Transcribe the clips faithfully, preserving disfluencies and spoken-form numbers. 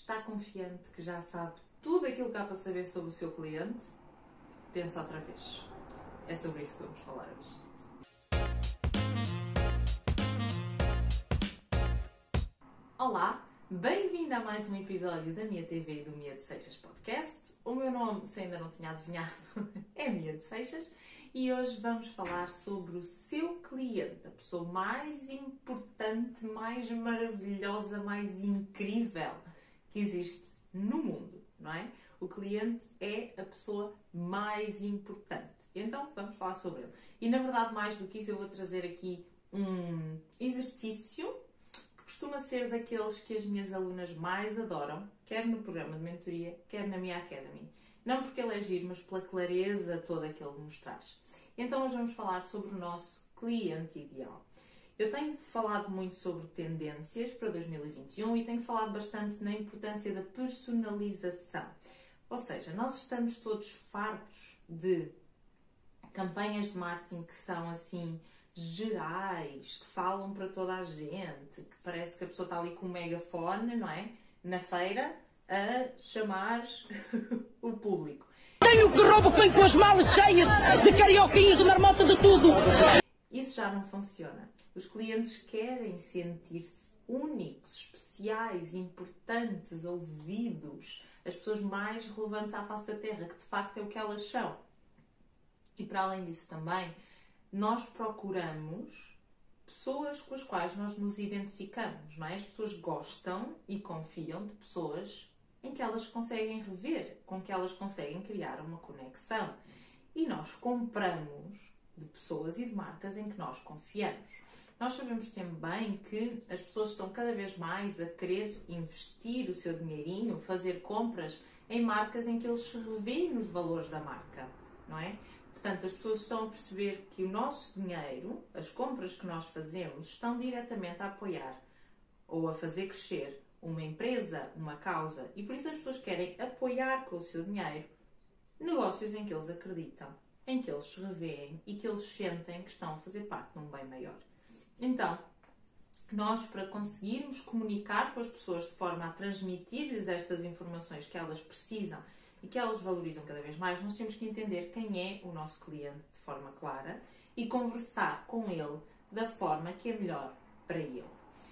Está confiante que já sabe tudo aquilo que há para saber sobre o seu cliente? Pensa outra vez. É sobre isso que vamos falar hoje. Olá, bem-vindo a mais um episódio da Mia T V e do Mia de Seixas Podcast. O meu nome, se ainda não tinha adivinhado, é Mia de Seixas e hoje vamos falar sobre o seu cliente, a pessoa mais importante, mais maravilhosa, mais incrível que existe no mundo, não é? O cliente é a pessoa mais importante. Então, vamos falar sobre ele. E, na verdade, mais do que isso, eu vou trazer aqui um exercício que costuma ser daqueles que as minhas alunas mais adoram, quer no programa de mentoria, quer na minha Academy. Não porque ele é giro, mas pela clareza toda que ele nos traz. Então, hoje vamos falar sobre o nosso cliente ideal. Eu tenho falado muito sobre tendências para dois mil e vinte e um e tenho falado bastante na importância da personalização. Ou seja, nós estamos todos fartos de campanhas de marketing que são assim gerais, que falam para toda a gente, que parece que a pessoa está ali com um megafone, não é? Na feira, a chamar o público. Tenho que roubo que vem com as malas cheias de carioquinhos, de marmota, de tudo. Isso já não funciona. Os clientes querem sentir-se únicos, especiais, importantes, ouvidos, as pessoas mais relevantes à face da Terra, que de facto é o que elas são. E para além disso também, nós procuramos pessoas com as quais nós nos identificamos, não é? As pessoas gostam e confiam de pessoas em que elas conseguem rever, com que elas conseguem criar uma conexão. E nós compramos de pessoas e de marcas em que nós confiamos. Nós sabemos também que as pessoas estão cada vez mais a querer investir o seu dinheirinho, fazer compras em marcas em que eles se revêem nos valores da marca, não é? Portanto, as pessoas estão a perceber que o nosso dinheiro, as compras que nós fazemos, estão diretamente a apoiar ou a fazer crescer uma empresa, uma causa, e por isso as pessoas querem apoiar com o seu dinheiro negócios em que eles acreditam, em que eles se revêem e que eles sentem que estão a fazer parte de um bem maior. Então, nós, para conseguirmos comunicar com as pessoas de forma a transmitir-lhes estas informações que elas precisam e que elas valorizam cada vez mais, nós temos que entender quem é o nosso cliente de forma clara e conversar com ele da forma que é melhor para ele.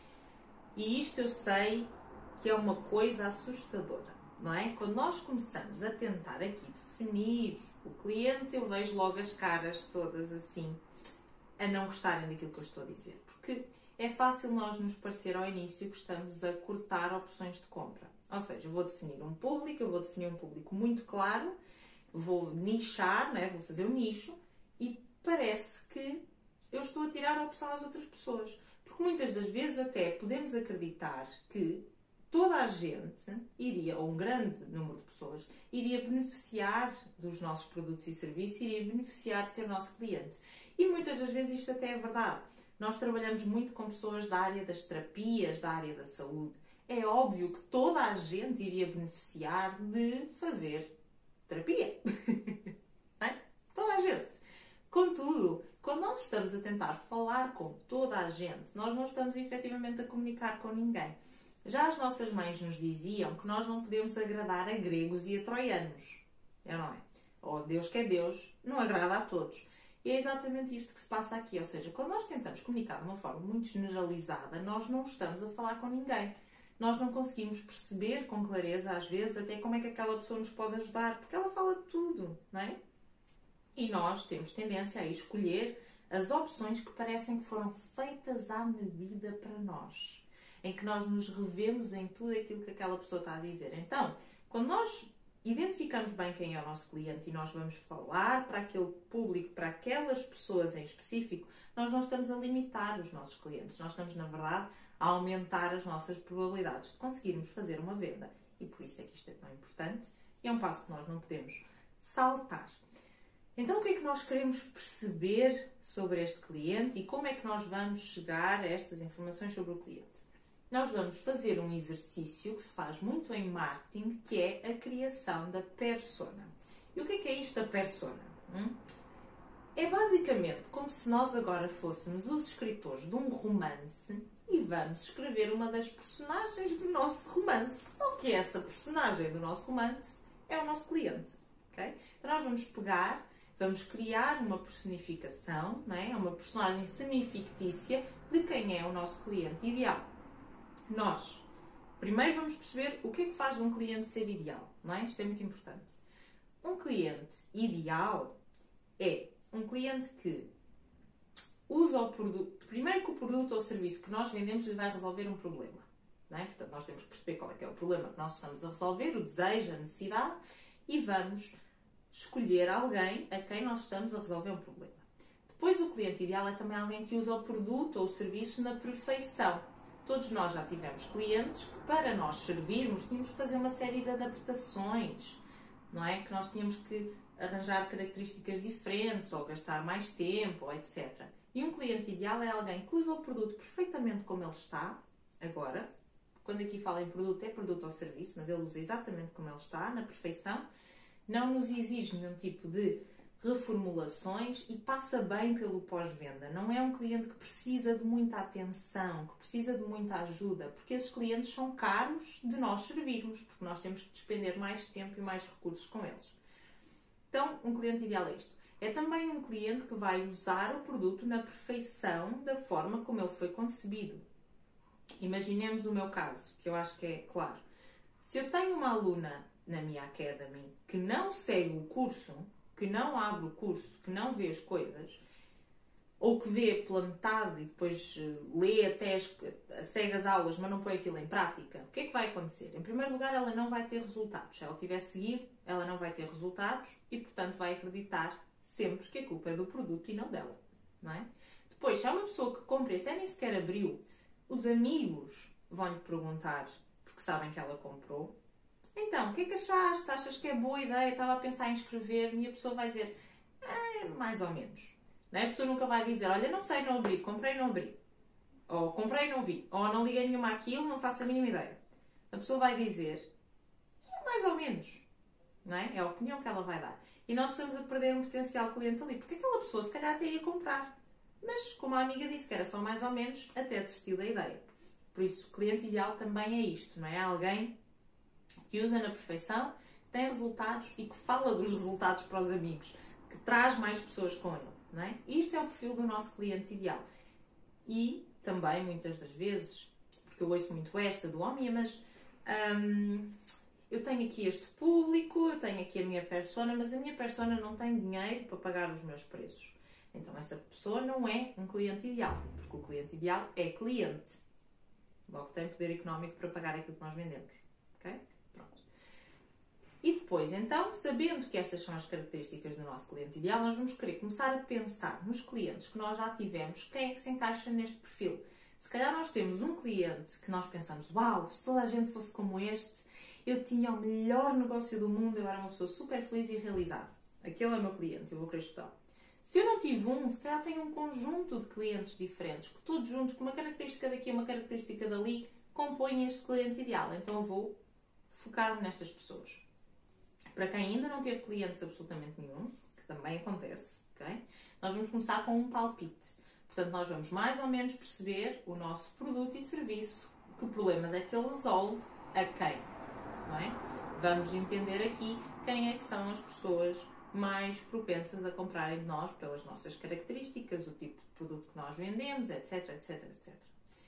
E isto eu sei que é uma coisa assustadora, não é? Quando nós começamos a tentar aqui definir o cliente, eu vejo logo as caras todas assim, a não gostarem daquilo que eu estou a dizer. Porque é fácil nós nos parecer ao início que estamos a cortar opções de compra. Ou seja, eu vou definir um público, eu vou definir um público muito claro, vou nichar, não é? Vou fazer um nicho e parece que eu estou a tirar a opção às outras pessoas. Porque muitas das vezes até podemos acreditar que toda a gente iria, ou um grande número de pessoas, iria beneficiar dos nossos produtos e serviços, iria beneficiar de ser nosso cliente. E muitas das vezes isto até é verdade. Nós trabalhamos muito com pessoas da área das terapias, da área da saúde. É óbvio que toda a gente iria beneficiar de fazer terapia. Não é? Toda a gente. Contudo, quando nós estamos a tentar falar com toda a gente, nós não estamos efetivamente a comunicar com ninguém. Já as nossas mães nos diziam que nós não podemos agradar a gregos e a troianos. É, não é? Ou Deus que é Deus, não agrada a todos. E é exatamente isto que se passa aqui. Ou seja, quando nós tentamos comunicar de uma forma muito generalizada, nós não estamos a falar com ninguém. Nós não conseguimos perceber com clareza, às vezes, até como é que aquela pessoa nos pode ajudar, porque ela fala de tudo, não é? E nós temos tendência a escolher as opções que parecem que foram feitas à medida para nós, em que nós nos revemos em tudo aquilo que aquela pessoa está a dizer. Então, quando nós identificamos bem quem é o nosso cliente e nós vamos falar para aquele público, para aquelas pessoas em específico, nós não estamos a limitar os nossos clientes. Nós estamos, na verdade, a aumentar as nossas probabilidades de conseguirmos fazer uma venda. E por isso é que isto é tão importante e é um passo que nós não podemos saltar. Então, o que é que nós queremos perceber sobre este cliente e como é que nós vamos chegar a estas informações sobre o cliente? Nós vamos fazer um exercício que se faz muito em marketing, que é a criação da persona. E o que é que é isto da persona? Hum? É basicamente como se nós agora fôssemos os escritores de um romance e vamos escrever uma das personagens do nosso romance. Só que essa personagem do nosso romance é o nosso cliente. Okay? Então nós vamos pegar, vamos criar uma personificação, não é? Uma personagem semi-fictícia de quem é o nosso cliente ideal. Nós, primeiro vamos perceber o que é que faz um cliente ser ideal, não é? Isto é muito importante. Um cliente ideal é um cliente que usa o produto, primeiro que o produto ou serviço que nós vendemos lhe vai resolver um problema, não é? Portanto, nós temos que perceber qual é que é o problema que nós estamos a resolver, o desejo, a necessidade, e vamos escolher alguém a quem nós estamos a resolver um problema. Depois, o cliente ideal é também alguém que usa o produto ou o serviço na perfeição. Todos nós já tivemos clientes que, para nós servirmos, tínhamos que fazer uma série de adaptações, não é? Que nós tínhamos que arranjar características diferentes, ou gastar mais tempo, ou etcétera. E um cliente ideal é alguém que usa o produto perfeitamente como ele está, agora. Quando aqui fala em produto, é produto ou serviço, mas ele usa exatamente como ele está, na perfeição. Não nos exige nenhum tipo de reformulações e passa bem pelo pós-venda. Não é um cliente que precisa de muita atenção, que precisa de muita ajuda, porque esses clientes são caros de nós servirmos, porque nós temos que despender mais tempo e mais recursos com eles. Então, um cliente ideal é isto. É também um cliente que vai usar o produto na perfeição da forma como ele foi concebido. Imaginemos o meu caso, que eu acho que é claro. Se eu tenho uma aluna na minha Academy que não segue o curso, que não abre o curso, que não vê as coisas, ou que vê pela metade e depois lê até, as, segue as aulas, mas não põe aquilo em prática, o que é que vai acontecer? Em primeiro lugar, ela não vai ter resultados. Se ela tiver seguido, ela não vai ter resultados e, portanto, vai acreditar sempre que a culpa é do produto e não dela. Não é? Depois, se há uma pessoa que compra e até nem sequer abriu, os amigos vão-lhe perguntar porque sabem que ela comprou. Então, o que é que achaste? Achas que é boa ideia? Estava a pensar em escrever-me e a pessoa vai dizer, ah, mais ou menos. Não é? A pessoa nunca vai dizer, olha, não sei, não abri, comprei, não abri. Ou comprei, não vi. Ou não liguei nenhuma àquilo, não faço a mínima ideia. A pessoa vai dizer, é mais ou menos. Não é? É a opinião que ela vai dar. E nós estamos a perder um potencial cliente ali. Porque aquela pessoa, se calhar, até ia comprar. Mas, como a amiga disse que era só mais ou menos, até desistiu da ideia. Por isso, o cliente ideal também é isto, não é? Alguém que usa na perfeição, que tem resultados e que fala dos resultados para os amigos, que traz mais pessoas com ele, não é? Isto é o perfil do nosso cliente ideal. E também, muitas das vezes, porque eu ouço muito esta do homem, mas hum, eu tenho aqui este público, eu tenho aqui a minha persona, mas a minha persona não tem dinheiro para pagar os meus preços. Então, essa pessoa não é um cliente ideal, porque o cliente ideal é cliente. Logo, tem poder económico para pagar aquilo que nós vendemos. Ok? Pronto. E depois, então, sabendo que estas são as características do nosso cliente ideal, nós vamos querer começar a pensar nos clientes que nós já tivemos, quem é que se encaixa neste perfil. Se calhar nós temos um cliente que nós pensamos, uau, se toda a gente fosse como este, eu tinha o melhor negócio do mundo, eu era uma pessoa super feliz e realizada. Aquele é o meu cliente, eu vou querer estudar. Se eu não tive um, se calhar tenho um conjunto de clientes diferentes, que todos juntos, com uma característica daqui e uma característica dali, compõem este cliente ideal. Então eu vou focar-me nestas pessoas. Para quem ainda não teve clientes absolutamente nenhum, que também acontece, ok? Nós vamos começar com um palpite. Portanto, nós vamos mais ou menos perceber o nosso produto e serviço, que problemas é que ele resolve, a quem, não é? Vamos entender aqui quem é que são as pessoas mais propensas a comprarem de nós pelas nossas características, o tipo de produto que nós vendemos, etc, etc, etcétera.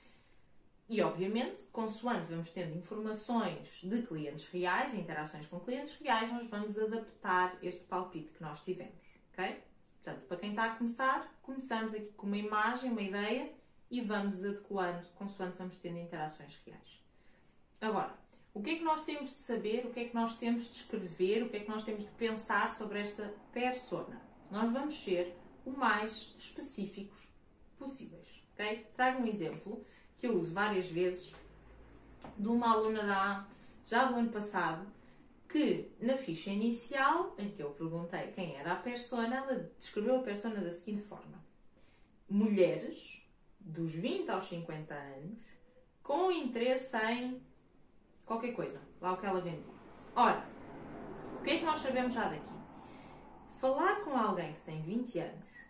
E, obviamente, consoante vamos tendo informações de clientes reais, interações com clientes reais, nós vamos adaptar este palpite que nós tivemos, ok? Portanto, para quem está a começar, começamos aqui com uma imagem, uma ideia e vamos adequando consoante vamos tendo interações reais. Agora, o que é que nós temos de saber, o que é que nós temos de escrever, o que é que nós temos de pensar sobre esta persona? Nós vamos ser o mais específicos possíveis, ok? Trago um exemplo que eu uso várias vezes de uma aluna da, já do ano passado, que na ficha inicial, em que eu perguntei quem era a persona, ela descreveu a persona da seguinte forma: mulheres dos vinte aos cinquenta anos com interesse em qualquer coisa, lá o que ela vendia. Ora, o que é que nós sabemos já daqui? Falar com alguém que tem vinte anos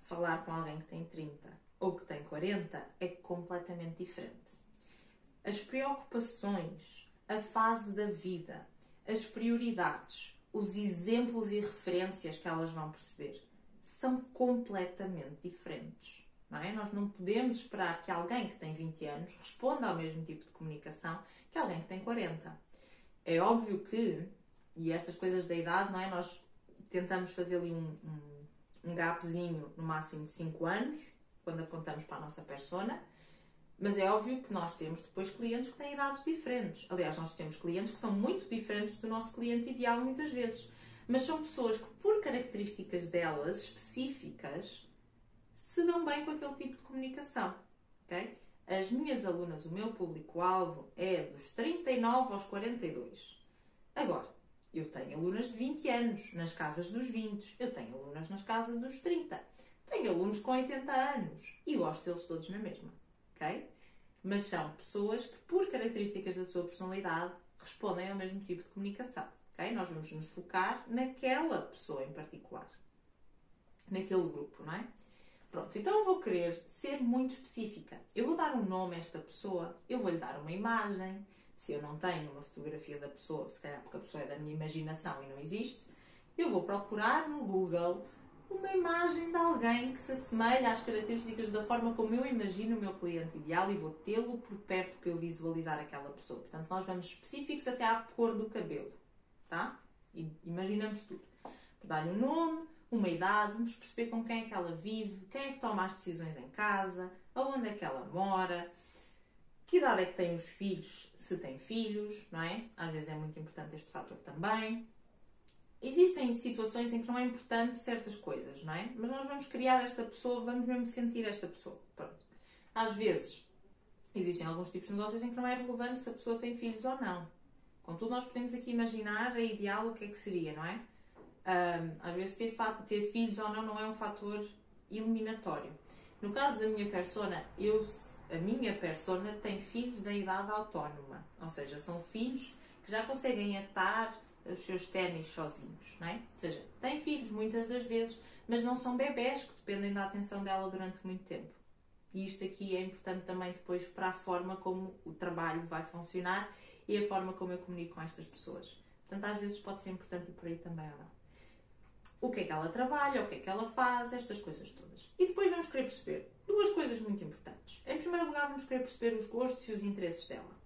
falar com alguém que tem trinta ou que tem quarenta é completamente diferente. As preocupações, a fase da vida, as prioridades, os exemplos e referências que elas vão perceber são completamente diferentes. Não é? Nós não podemos esperar que alguém que tem vinte anos responda ao mesmo tipo de comunicação que alguém que tem quarenta. É óbvio que, e estas coisas da idade, não é? Nós tentamos fazer ali um, um, um gapzinho no máximo de cinco anos, quando apontamos para a nossa persona, mas é óbvio que nós temos depois clientes que têm idades diferentes. Aliás, nós temos clientes que são muito diferentes do nosso cliente ideal muitas vezes, mas são pessoas que, por características delas específicas, se dão bem com aquele tipo de comunicação. Okay? As minhas alunas, o meu público-alvo é dos trinta e nove aos quarenta e dois. Agora, eu tenho alunas de vinte anos nas casas dos vinte, eu tenho alunas nas casas dos trinta, tenho alunos com oitenta anos e gosto deles todos na mesma. Okay? Mas são pessoas que, por características da sua personalidade, respondem ao mesmo tipo de comunicação. Okay? Nós vamos nos focar naquela pessoa em particular, naquele grupo, não é? Pronto, então eu vou querer ser muito específica. Eu vou dar um nome a esta pessoa, eu vou-lhe dar uma imagem. Se eu não tenho uma fotografia da pessoa, se calhar porque a pessoa é da minha imaginação e não existe, eu vou procurar no Google uma imagem de alguém que se assemelha às características da forma como eu imagino o meu cliente ideal e vou tê-lo por perto para eu visualizar aquela pessoa. Portanto, nós vamos específicos até à cor do cabelo, tá? E imaginamos tudo. Dar-lhe um nome, uma idade, vamos perceber com quem é que ela vive, quem é que toma as decisões em casa, aonde é que ela mora, que idade é que têm os filhos, se têm filhos, não é? Às vezes é muito importante este fator também. Existem situações em que não é importante certas coisas, não é? Mas nós vamos criar esta pessoa, vamos mesmo sentir esta pessoa. Pronto. Às vezes, existem alguns tipos de negócios em que não é relevante se a pessoa tem filhos ou não. Contudo, nós podemos aqui imaginar a ideal o que é que seria, não é? Um, às vezes ter, ter filhos ou não não é um fator eliminatório. No caso da minha persona, eu, a minha persona tem filhos em idade autónoma. Ou seja, são filhos que já conseguem atar os seus ténis sozinhos, não é? Ou seja, têm filhos muitas das vezes, mas não são bebés que dependem da atenção dela durante muito tempo. E isto aqui é importante também depois para a forma como o trabalho vai funcionar e a forma como eu comunico com estas pessoas. Portanto, às vezes pode ser importante ir por aí também ou não. O que é que ela trabalha, o que é que ela faz, estas coisas todas. E depois vamos querer perceber duas coisas muito importantes. Em primeiro lugar, vamos querer perceber os gostos e os interesses dela.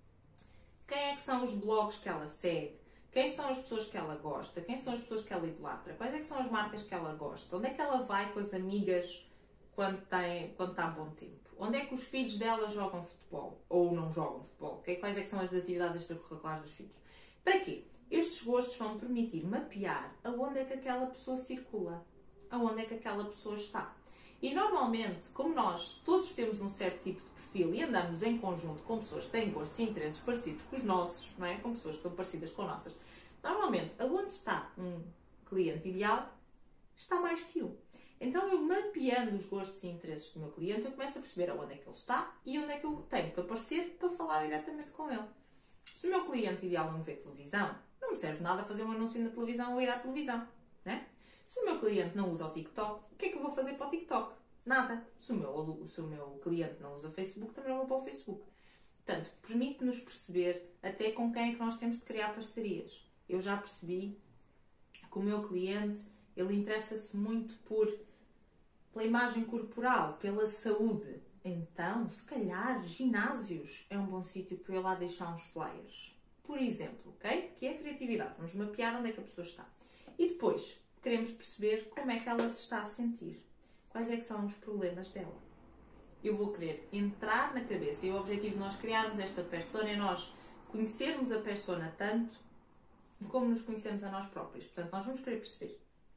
Quem é que são os blogs que ela segue? Quem são as pessoas que ela gosta? Quem são as pessoas que ela idolatra? Quais é que são as marcas que ela gosta? Onde é que ela vai com as amigas quando, tem, quando está bom tempo? Onde é que os filhos dela jogam futebol? Ou não jogam futebol? Quais é que são as atividades extracurriculares dos filhos? Para quê? Estes gostos vão permitir mapear aonde é que aquela pessoa circula, aonde é que aquela pessoa está. E normalmente, como nós todos temos um certo tipo de perfil e andamos em conjunto com pessoas que têm gostos e interesses parecidos com os nossos, não é? Com pessoas que são parecidas com nossas, normalmente, aonde está um cliente ideal, está mais que um. Então, eu mapeando os gostos e interesses do meu cliente, eu começo a perceber aonde é que ele está e onde é que eu tenho que aparecer para falar diretamente com ele. Se o meu cliente ideal não vê televisão, não me serve nada fazer um anúncio na televisão ou ir à televisão, né? Se o meu cliente não usa o TikTok, o que é que eu vou fazer para o TikTok? Nada. Se o meu, se o meu cliente não usa o Facebook, também não vou para o Facebook. Portanto, permite-nos perceber até com quem é que nós temos de criar parcerias. Eu já percebi que o meu cliente, ele interessa-se muito por, pela imagem corporal, pela saúde. Então, se calhar, ginásios é um bom sítio para eu lá deixar uns flyers. Por exemplo, ok? Que é a criatividade. Vamos mapear onde é que a pessoa está. E depois, queremos perceber como é que ela se está a sentir. Quais é que são os problemas dela. Eu vou querer entrar na cabeça. E o objetivo de nós criarmos esta persona é nós conhecermos a persona tanto como nos conhecemos a nós próprios. Portanto, nós vamos querer perceber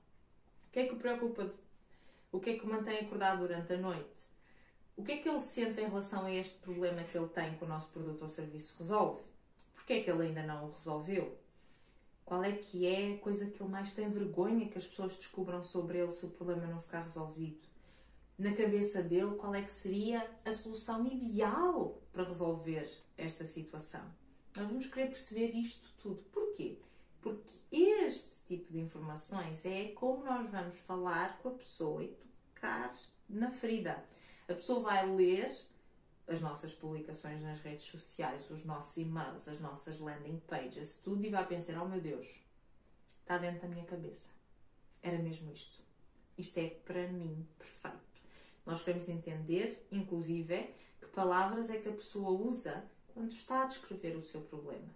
o que é que o preocupa, o que é que o mantém acordado durante a noite, o que é que ele sente em relação a este problema que ele tem que o nosso produto ou serviço resolve, porque é que ele ainda não o resolveu, qual é que é a coisa que ele mais tem vergonha que as pessoas descubram sobre ele se o problema não ficar resolvido. Na cabeça dele, qual é que seria a solução ideal para resolver esta situação. Nós vamos querer perceber isto tudo. Porquê? Porque este tipo de informações é como nós vamos falar com a pessoa e tocar na ferida. A pessoa vai ler as nossas publicações nas redes sociais, os nossos e-mails, as nossas landing pages, tudo, e vai pensar, oh meu Deus, está dentro da minha cabeça. Era mesmo isto. Isto é para mim perfeito. Nós queremos entender, inclusive, que palavras é que a pessoa usa quando está a descrever o seu problema.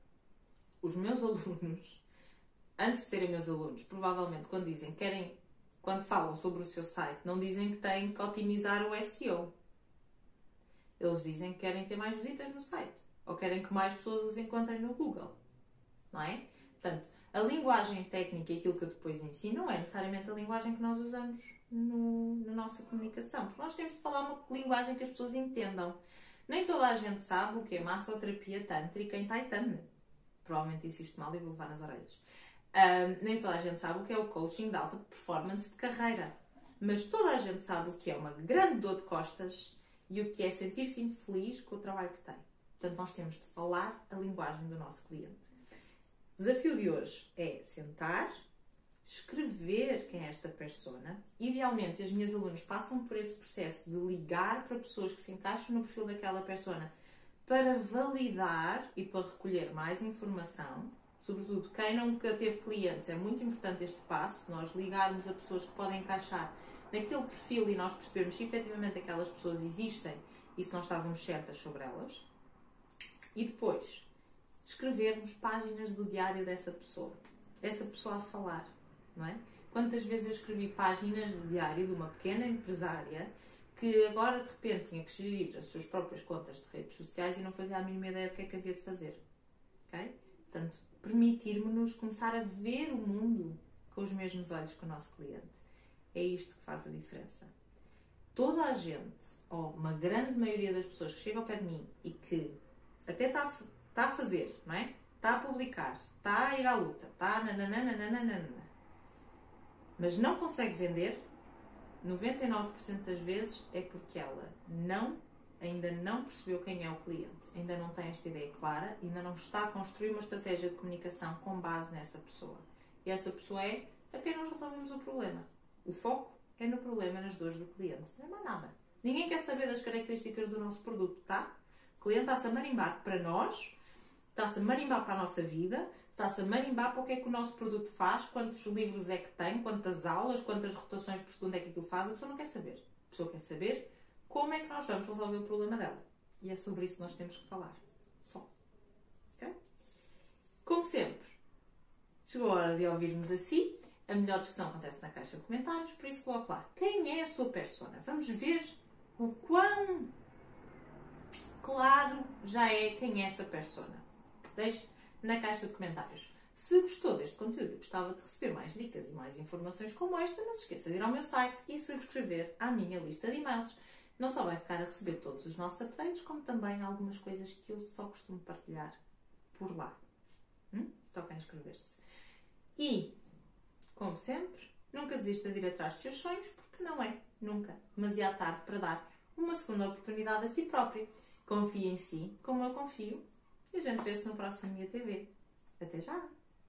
Os meus alunos, antes de serem meus alunos, provavelmente quando dizem querem, quando falam sobre o seu site, não dizem que têm que otimizar o S E O. Eles dizem que querem ter mais visitas no site. Ou querem que mais pessoas os encontrem no Google. Não é? Portanto, a linguagem técnica e aquilo que eu depois ensino não é necessariamente a linguagem que nós usamos no, na nossa comunicação. Porque nós temos de falar uma linguagem que as pessoas entendam. Nem toda a gente sabe o que é massoterapia tântrica em Taitame. Provavelmente disse isto mal e vou levar nas orelhas. Um, nem toda a gente sabe o que é o coaching de alta performance de carreira. Mas toda a gente sabe o que é uma grande dor de costas e o que é sentir-se infeliz com o trabalho que tem. Portanto, nós temos de falar a linguagem do nosso cliente. O desafio de hoje é sentar, escrever quem é esta persona. Idealmente, as minhas alunas passam por esse processo de ligar para pessoas que se encaixam no perfil daquela persona para validar e para recolher mais informação. Sobretudo, quem nunca teve clientes, é muito importante este passo, nós ligarmos a pessoas que podem encaixar naquele perfil e nós percebermos se efetivamente aquelas pessoas existem e se nós estávamos certas sobre elas. E depois, escrevermos páginas do diário dessa pessoa, dessa pessoa a falar, não é? Quantas vezes eu escrevi páginas do diário de uma pequena empresária que agora de repente tinha que gerir as suas próprias contas de redes sociais e não fazia a mínima ideia do que é que havia de fazer, ok? Portanto, permitir-nos começar a ver o mundo com os mesmos olhos que o nosso cliente. É isto que faz a diferença. Toda a gente, ou uma grande maioria das pessoas que chegam ao pé de mim e que até está a, está a fazer, não é? Está a publicar, está a ir à luta, está a nananana, mas não consegue vender, noventa e nove por cento das vezes é porque ela não, ainda não percebeu quem é o cliente, ainda não tem esta ideia clara, ainda não está a construir uma estratégia de comunicação com base nessa pessoa. E essa pessoa é a quem nós resolvemos o problema. O foco é no problema, nas dores do cliente. Não é mais nada. Ninguém quer saber das características do nosso produto, tá? O cliente está-se a marimbar para nós, está-se a marimbar para a nossa vida, está-se a marimbar para o que é que o nosso produto faz, quantos livros é que tem, quantas aulas, quantas rotações por segundo é que aquilo faz. A pessoa não quer saber. A pessoa quer saber como é que nós vamos resolver o problema dela. E é sobre isso que nós temos que falar. Só. Ok? Como sempre, chegou a hora de ouvirmos assim. A melhor discussão acontece na caixa de comentários, por isso coloco lá. Quem é a sua persona? Vamos ver o quão claro já é quem é essa persona. Deixe na caixa de comentários. Se gostou deste conteúdo e gostava de receber mais dicas e mais informações como esta, não se esqueça de ir ao meu site e subscrever à minha lista de e-mails. Não só vai ficar a receber todos os nossos updates, como também algumas coisas que eu só costumo partilhar por lá. Hum? Toca em inscrever-se. E, como sempre, nunca desista de ir atrás dos seus sonhos, porque não é, nunca, demasiado tarde para dar uma segunda oportunidade a si próprio. Confie em si, como eu confio, e a gente vê-se no próximo Minha T V. Até já!